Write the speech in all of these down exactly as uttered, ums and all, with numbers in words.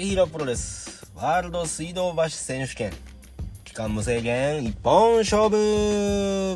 きひろプロレスワールド水道橋選手権期間無制限一本勝負。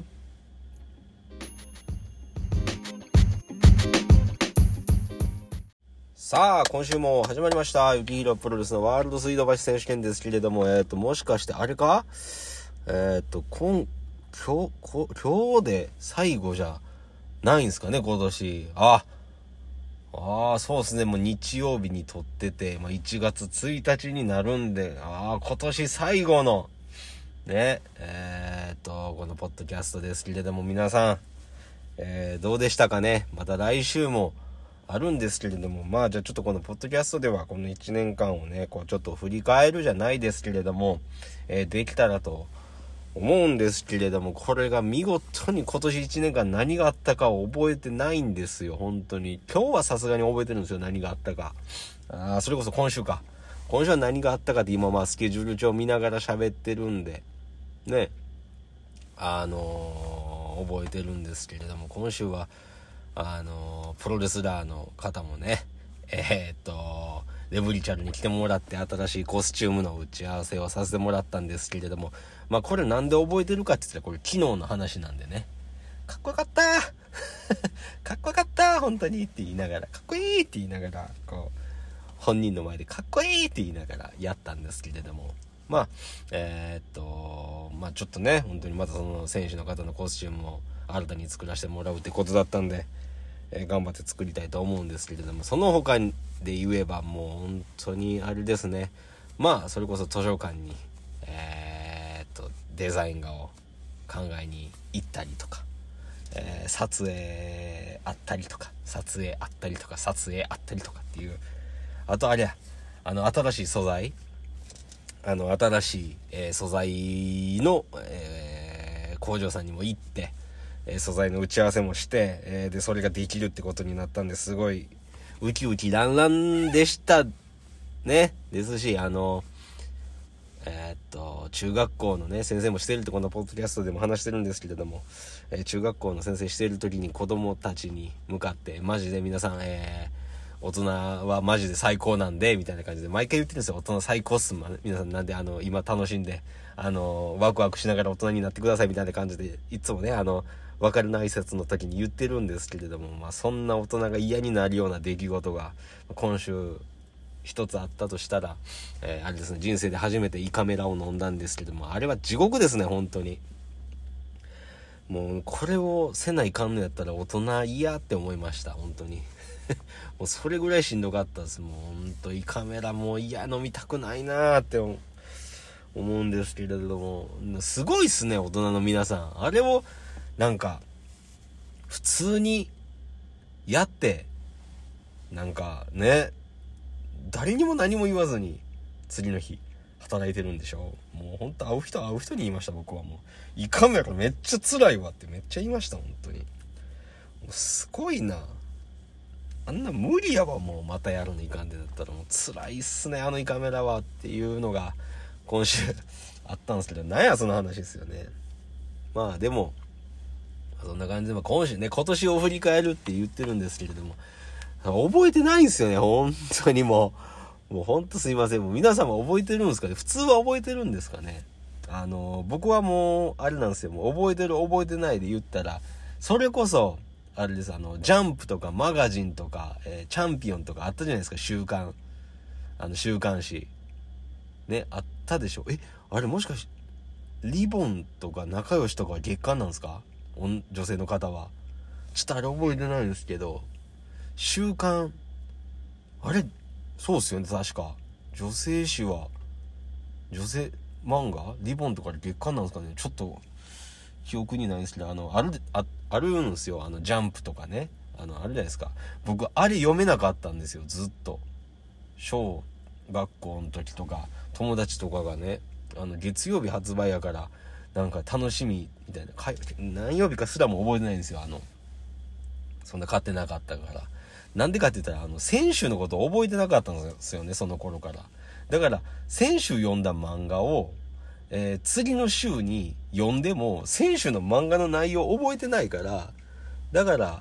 さあ今週も始まりましたゆきひろプロレスのワールド水道橋選手権ですけれども、えっ、ー、ともしかしてあれかえっ、ー、と今今日こ今日で最後じゃないんですかね今年。あああそうですね、もう日曜日に撮ってて、まあ、いちがつついたちになるんで、ああ今年最後のねえー、っとこのポッドキャストですけれども、皆さん、えー、どうでしたかね。また来週もあるんですけれども、まあじゃあちょっとこのポッドキャストではこのいちねんかんをねこうちょっと振り返るじゃないですけれども、えー、できたらと思うんですけれども、これが見事に今年いちねんかん何があったかを覚えてないんですよ。本当に今日はさすがに覚えてるんですよ、何があったか。あそれこそ今週か今週は何があったかって今まあスケジュール帳見ながら喋ってるんでね、あのー、覚えてるんですけれども、今週はあのー、プロレスラーの方もねえー、っとレブリチャルに来てもらって新しいコスチュームの打ち合わせをさせてもらったんですけれども、まあこれなんで覚えてるかって言ったらこれ昨日の話なんでね、かっこよかったかっこよかった本当にって言いながら、かっこいいって言いながらこう本人の前でかっこいいって言いながらやったんですけれども、まあえー、っとまあちょっとね本当にまたその選手の方のコスチュームを新たに作らせてもらうってことだったんで、えー、頑張って作りたいと思うんですけれども、その他で言えばもう本当にあれですね、まあそれこそ図書館にえー、っとデザイン画を考えに行ったりとか、えー、撮影あったりとか撮影あったりとか撮影あったりとかっていう、あとあれやあの新しい素材あの新しい、えー、素材の、えー、工場さんにも行って、えー、素材の打ち合わせもして、えー、でそれができるってことになったんで、すごいウキウキランランでしたね。ですしあのえー、っと中学校のね先生もしてるってこのポッドキャストでも話してるんですけれども、えー、中学校の先生してる時に子供たちに向かってマジで皆さん、えー大人はマジで最高なんでみたいな感じで毎回言ってるんですよ。大人最高っす、ま、皆さんなんであの今楽しんであのワクワクしながら大人になってくださいみたいな感じでいつもねあの別れの挨拶の時に言ってるんですけれども、まあそんな大人が嫌になるような出来事が今週一つあったとしたら、えー、あれですね、人生で初めて胃カメラを飲んだんですけども、あれは地獄ですね本当に。もうこれをせないかんのやったら大人嫌って思いました本当にもうそれぐらいしんどかったです。もうほんと胃カメラもういや飲みたくないなーって思うんですけれども、すごいっすね大人の皆さん。あれをなんか普通にやってなんかね誰にも何も言わずに次の日働いてるんでしょ。もうほんと会う人会う人に言いました。僕はもう胃カメラめっちゃ辛いわってめっちゃ言いました本当に。もうすごいな、あんな無理やわ。もうまたやるのいかんでだったらもう辛いっすねあの胃カメラはっていうのが今週あったんですけど、なんやその話ですよね。まあでもそんな感じで、まあ、今週ね今年を振り返るって言ってるんですけれども覚えてないんですよね本当に。もうもう本当すいません。もう皆さんも覚えてるんですかね。普通は覚えてるんですかね。あの僕はもうあれなんですよ、もう覚えてる覚えてないで言ったらそれこそあれです、あのジャンプとかマガジンとか、えー、チャンピオンとかあったじゃないですか。週刊あの週刊誌ねあったでしょ。えあれもしかしてリボンとか仲良しとかは月刊なんですか、女性の方は。ちょっとあれ覚えてないんですけど、週刊あれそうっすよね確か。女性誌は女性漫画リボンとかで月刊なんですかね。ちょっと記憶にないんですけど、あのあるああるんですよ、あのジャンプとかね、あのあるじゃないですか。僕あれ読めなかったんですよずっと。小学校の時とか友達とかがねあの月曜日発売やからなんか楽しみみたいな、何曜日かすらも覚えてないんですよ。あのそんな買ってなかったから。なんでかって言ったらあの先週のことを覚えてなかったんですよねその頃から。だから先週読んだ漫画を、えー、次の週に読んでも先週の漫画の内容覚えてないから、だから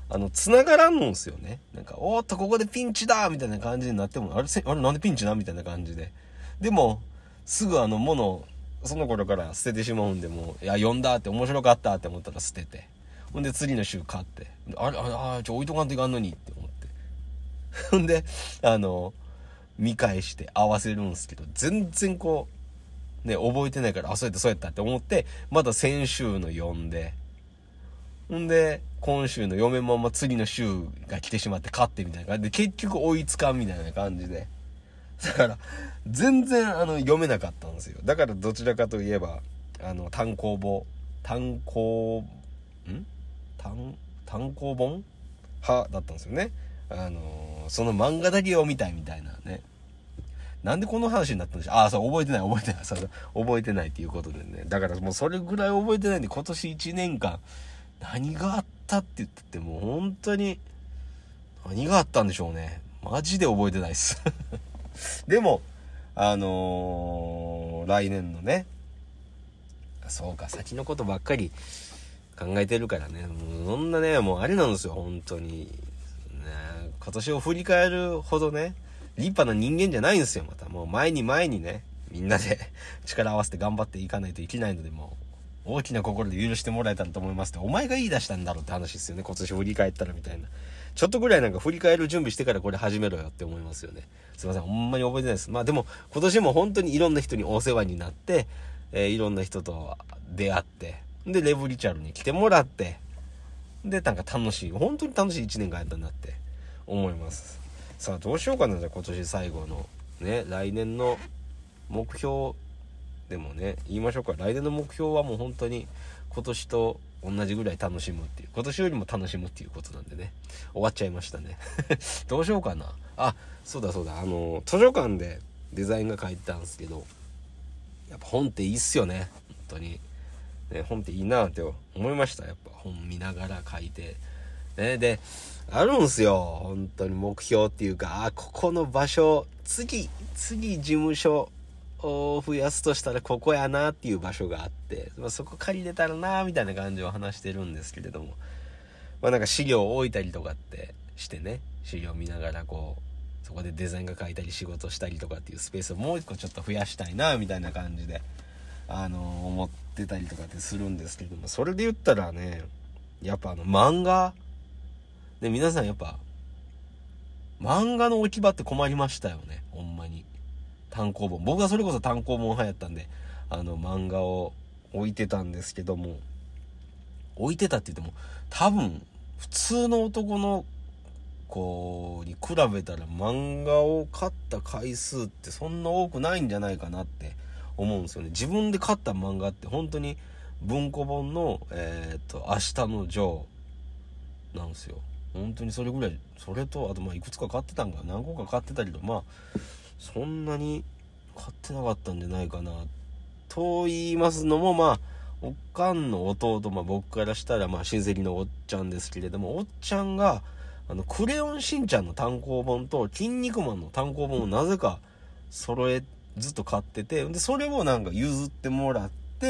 あの、繋がらんのんすよね。なんか、おーっと、ここでピンチだみたいな感じになっても、あれ、あれなんでピンチなみたいな感じで。でも、すぐあの、物を、その頃から捨ててしまうんで、もう、いや、読んだって面白かったって思ったら捨てて。ほんで、次の週買って。あれ、あれ、ちょ、置いとかんといかんのにって思って。ほんで、あの、見返して合わせるんですけど、全然こう、ね、覚えてないから、あ、そうやったそうやったって思って、また先週の読んで、ほんで、今週の読めんまま次の週が来てしまって勝ってみたいな感じで、結局追いつかんみたいな感じで。だから、全然あの、読めなかったんですよ。だからどちらかといえば、あの、単行本、単行、ん単、単行本派だったんですよね。あのー、その漫画だけ読みたいみたいなね。なんでこの話になったんでしょう。ああ、そう、覚えてない、覚えてない。そう、覚えてないっていうことでね。だからもうそれぐらい覚えてないんで、今年いちねんかん、何があったって言っててもう本当に何があったんでしょうね。マジで覚えてないっす。でも、あのー、来年のね、そうか、先のことばっかり考えてるからね、もうそんなね、もうあれなんですよ、本当に。ね、今年を振り返るほどね、立派な人間じゃないんですよ、また。もう前に前にね、みんなで力を合わせて頑張っていかないといけないので、もう、大きな心で許してもらえたらと思いますって、お前が言い出したんだろうって話ですよね、今年振り返ったらみたいな。ちょっとぐらいなんか振り返る準備してからこれ始めろよって思いますよね。すいません、ほんまに覚えてないです。まあでも、今年も本当にいろんな人にお世話になって、えー、いろんな人と出会って、で、レブリチャルに来てもらって、で、なんか楽しい、本当に楽しいいちねんかんやったなって思います。さあ、どうしようかな、じゃあ今年最後の、ね、来年の目標でもね、言いましょうか。来年の目標はもう本当に今年と同じぐらい楽しむっていう、今年よりも楽しむっていうことなんでね、終わっちゃいましたね。どうしようかな。あ、そうだそうだ、あの、図書館でデザインが書いてたんですけど、やっぱ本っていいっすよね、本当に。ね、本っていいなって思いました。やっぱ本見ながら書いて。ね、で、あるんすよ。本当に目標っていうか、あ、ここの場所、次、次事務所を増やすとしたらここやなっていう場所があって、まあ、そこ借りれたらなみたいな感じを話してるんですけれども。まあなんか資料を置いたりとかってしてね、資料見ながらこう、そこでデザインが書いたり仕事したりとかっていうスペースをもう一個ちょっと増やしたいなみたいな感じで、あのー、思ってたりとかってするんですけれども、それで言ったらね、やっぱあの漫画で、皆さんやっぱ漫画の置き場って困りましたよね、ほんまに。単行本、僕はそれこそ単行本派やったんで、あの漫画を置いてたんですけども、置いてたって言っても多分普通の男の子に比べたら漫画を買った回数ってそんな多くないんじゃないかなって思うんですよね。自分で買った漫画って本当に文庫本のえー、っと明日のジョーなんですよ。本当にそれぐらい、それとあとまあいくつか買ってたんか、何個か買ってたりと、まあそんなに買ってなかったんじゃないかなと言いますのも、まあおかんの弟、まあ僕からしたらまあ親戚のおっちゃんですけれども、おっちゃんがあのクレヨンしんちゃんの単行本と筋肉マンの単行本をなぜか揃えずっと買ってて、でそれをなんか譲ってもらって、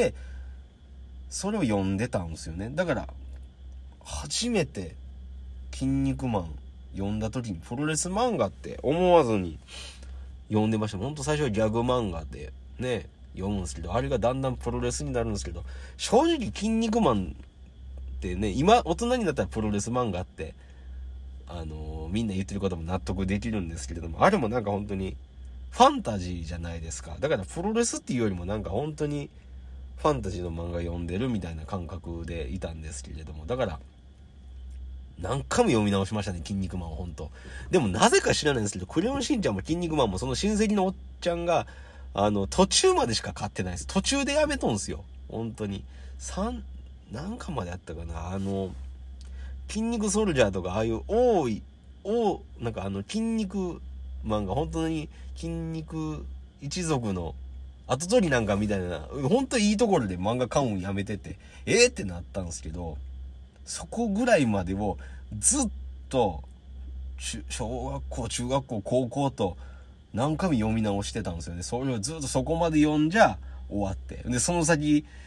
それを読んでたんですよね。だから初めて筋肉マン読んだ時にプロレス漫画って思わずに読んでました。ほんと最初はギャグ漫画でね読むんですけど、あれがだんだんプロレスになるんですけど、正直筋肉マンってね、今大人になったらプロレス漫画ってあのー、みんな言ってることも納得できるんですけれども、あれもなんか本当にファンタジーじゃないですか。だからプロレスっていうよりもなんか本当にファンタジーの漫画読んでるみたいな感覚でいたんですけれども、だから何回も読み直しましたね、筋肉マンを。本当でもなぜか知らないんですけど、クレヨンしんちゃんも筋肉マンもその親戚のおっちゃんがあの途中までしか買ってないです。途中でやめとんすよ、本当に。三何巻までやったかな、あの筋肉ソルジャーとか、ああいう多いおなんかあの筋肉マンが本当に筋肉一族の後取りなんかみたいな、本当いいところで漫画買うんやめてて、えーってなったんですけど、そこぐらいまでをずっと小学校中学校高校と何回も読み直してたんですよね。それをずっとそこまで読んじゃ終わって、でその先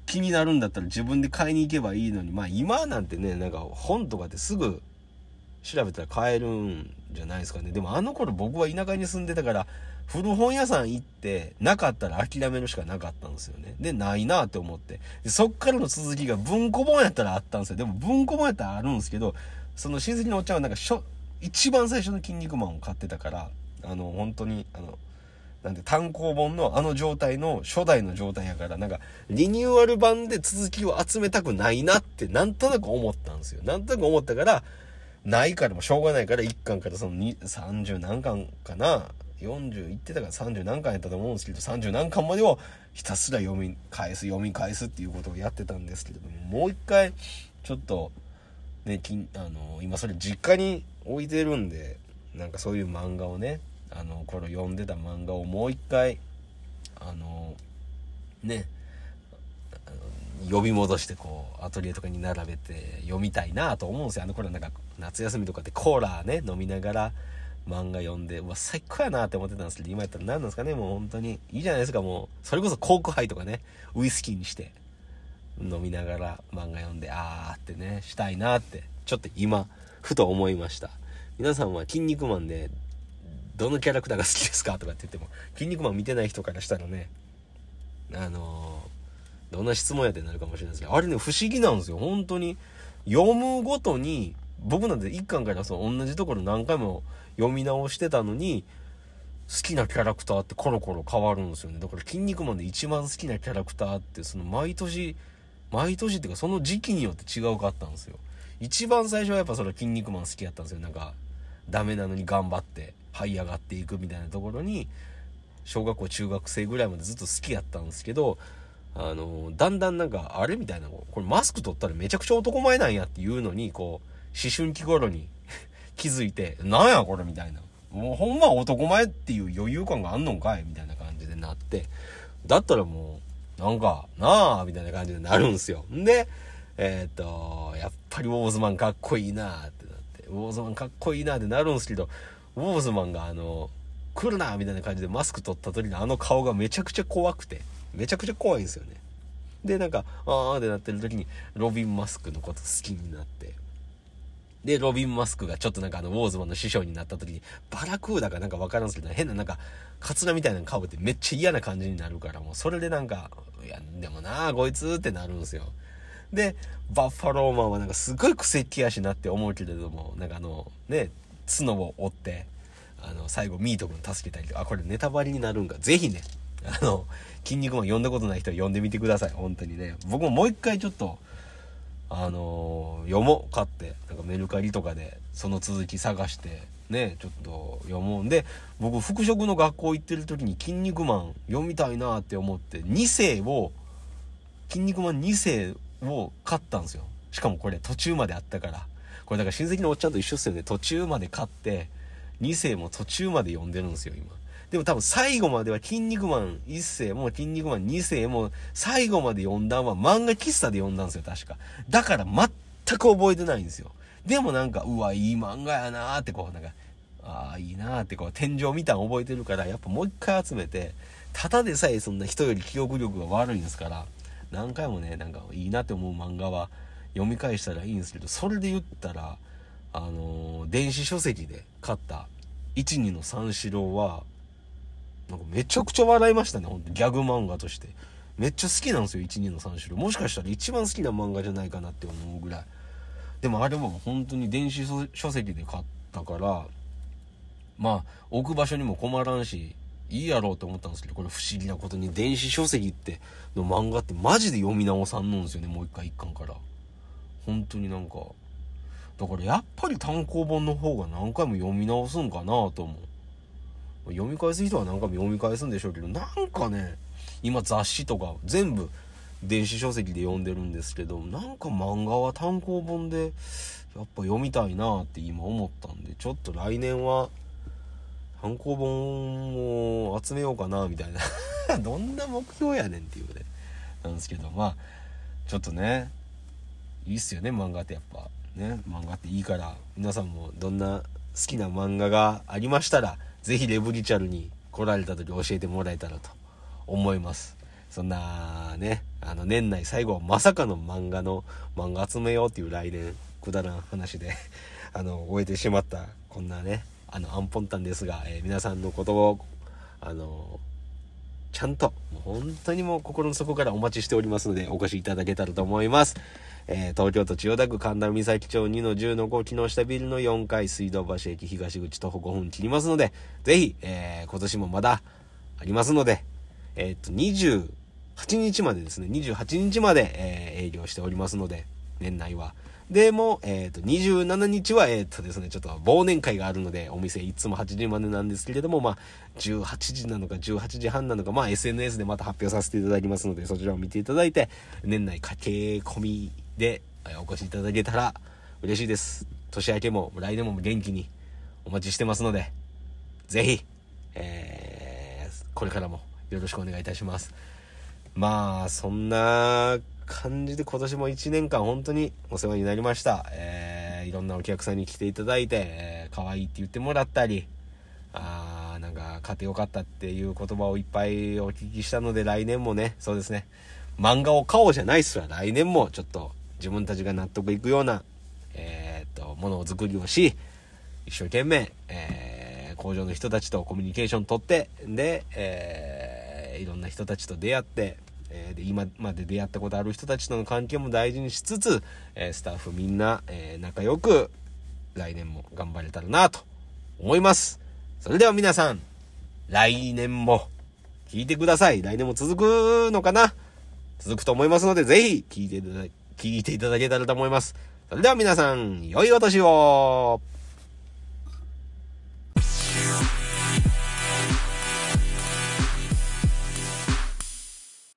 気になるんだったら自分で買いに行けばいいのに、まあ今なんてね、なんか本とかってすぐ調べたら買えるんじゃないですかね。でもあの頃僕は田舎に住んでたから、古本屋さん行ってなかったら諦めるしかなかったんですよね。で、ないなって思って。でそっからの続きが文庫本やったらあったんですよ。でも文庫本やったらあるんですけど、その親戚のおっちゃんはなんかしょ、一番最初の筋肉マンを買ってたから、あの、本当に、あの、なんで単行本のあの状態の初代の状態やから、なんかリニューアル版で続きを集めたくないなってなんとなく思ったんですよ。なんとなく思ったから、ないからもしょうがないからいっかんからそのさんじゅう何巻かな、よんじゅういってたからさんじゅう何巻やったと思うんですけど、さんじゅう何巻までをひたすら読み返す読み返すっていうことをやってたんですけれども、もう一回ちょっとね、きあの今それ実家に置いてるんで、なんかそういう漫画をね、あの頃読んでた漫画をもう一回あのね呼び戻してこうアトリエとかに並べて読みたいなと思うんですよ。あの頃なんか夏休みとかでコーラね飲みながら漫画読んで、うわ最高やなって思ってたんですけど、今やったら何なんですかね、もう本当にいいじゃないですか。もうそれこそコークハイとかねウイスキーにして飲みながら漫画読んであーってねしたいなってちょっと今ふと思いました。皆さんは筋肉マンでどのキャラクターが好きですかとかって言っても、筋肉マン見てない人からしたらね、あのー、どんな質問やってなるかもしれないですけど、あれね不思議なんですよ本当に。読むごとに僕なんて一巻からその同じところ何回も読み直してたのに、好きなキャラクターってコロコロ変わるんですよね。だから筋肉マンで一番好きなキャラクターってその毎年毎年っていうかその時期によって違うかったんですよ。一番最初はやっぱそれ筋肉マン好きやったんですよ。なんかダメなのに頑張って這い上がっていくみたいなところに小学校中学生ぐらいまでずっと好きやったんですけど、あのだんだんなんかあれみたいな、これマスク取ったらめちゃくちゃ男前なんやっていうのにこう思春期頃に気づいて、なんやこれみたいな、もうほんま男前っていう余裕感があんのんかいみたいな感じでなって、だったらもうなんかなあみたいな感じでなるんすよ。んでえー、っとやっぱりウォーズマンかっこいいなってなって、ウォーズマンかっこいいなってなるんすけど、ウォーズマンがあの来るなみたいな感じでマスク取った時のあの顔がめちゃくちゃ怖くて、めちゃくちゃ怖いんですよね。でなんかあーってなってる時にロビン・マスクのこと好きになって、でロビン・マスクがちょっとなんかあのウォーズマンの師匠になった時にバラクーダかなんか分からんすけど、変ななんかカツラみたいなの被ってめっちゃ嫌な感じになるから、もうそれでなんかいやでもなあこいつってなるんですよ。でバッファローマンはなんかすごい癖っ気やしなって思うけれども、なんかあのね角を折ってあの最後ミート君助けたりとか、あこれネタバレになるんか、ぜひねあの筋肉マン読んだことない人は読んでみてください。本当にね、僕ももう一回ちょっとあのー、読もう買ってなんかメルカリとかでその続き探してねちょっと読もうんで、僕服飾の学校行ってる時に筋肉マン読みたいなって思ってに世を筋肉マンに世を買ったんですよ。しかもこれ途中まであったから、これだから親戚のおっちゃんと一緒っすよね。途中まで買ってに世も途中まで読んでるんですよ今。でも多分最後までは筋肉マンいっ世も筋肉マンに世も最後まで読んだんは漫画喫茶で読んだんですよ確か。だから全く覚えてないんですよ。でもなんかうわいい漫画やなーってこうなんかああいいなーってこう天井見たん覚えてるから、やっぱもう一回集めて、ただでさえそんな人より記憶力が悪いんですから何回もねなんかいいなって思う漫画は読み返したらいいんですけど、それで言ったらあのー、電子書籍で買ったいちにの三四郎はなんかめちゃくちゃ笑いましたね。ほんとギャグ漫画としてめっちゃ好きなんですよいちにの三四郎。もしかしたら一番好きな漫画じゃないかなって思うぐらい。でもあれは本当に電子書籍で買ったから、まあ置く場所にも困らんしいいやろうと思ったんですけど、これ不思議なことに電子書籍っての漫画ってマジで読み直さんのんですよね。もう一回一巻から本当になんか、だからやっぱり単行本の方が何回も読み直すんかなと思う。読み返す人は何回も読み返すんでしょうけど、なんかね今雑誌とか全部電子書籍で読んでるんですけど、なんか漫画は単行本でやっぱ読みたいなって今思ったんで、ちょっと来年は単行本を集めようかなみたいなどんな目標やねんっていうねなんですけど、まあちょっとねいいっすよね漫画って。やっぱね漫画っていいから、皆さんもどんな好きな漫画がありましたらぜひレブリチャルに来られた時教えてもらえたらと思います。 そんなね、あの年内最後まさかの漫画の漫画集めようっていう来年くだらん話であの終えてしまったこんなねあのアンポンタンですが、えー、皆さんのことをあのちゃんともう本当にもう心の底からお待ちしておりますのでお越しいただけたらと思います。えー、東京都千代田区神田三崎町 にのじゅうのご 木下ビルのよんかい水道橋駅東口徒歩ごふん切りますので、ぜひ、えー、今年もまだありますので、えー、っとにじゅうはちにちまでですね、にじゅうはちにちまで、えー、営業しておりますので、年内は。でも、えっと、にじゅうしちにちは、えっとですね、ちょっと忘年会があるので、お店いつもはちじまでなんですけれども、まあ、じゅうはちじなのかじゅうはちじはんなのか、まあ、エスエヌエス でまた発表させていただきますので、そちらを見ていただいて、年内駆け込みでお越しいただけたら嬉しいです。年明けも来年も元気にお待ちしてますので、ぜひ、えー、これからもよろしくお願いいたします。まあそんな感じで今年もいちねんかん本当にお世話になりました。えー、いろんなお客さんに来ていただいて、えー、可愛いって言ってもらったり、あーなんか買ってよかったっていう言葉をいっぱいお聞きしたので、来年もね、そうですね、漫画を買おうじゃないっすわ、来年もちょっと自分たちが納得いくようなえー、っとものを作りをし、一生懸命、えー、工場の人たちとコミュニケーション取って、で、えー、いろんな人たちと出会って、えー、で今まで出会ったことある人たちとの関係も大事にしつつ、えー、スタッフみんな、えー、仲良く来年も頑張れたらなと思います。それでは皆さん、来年も聞いてください。来年も続くのかな、続くと思いますので、ぜひ聞いていただ聞いていただけたらと思います。それでは皆さん、良いお年を。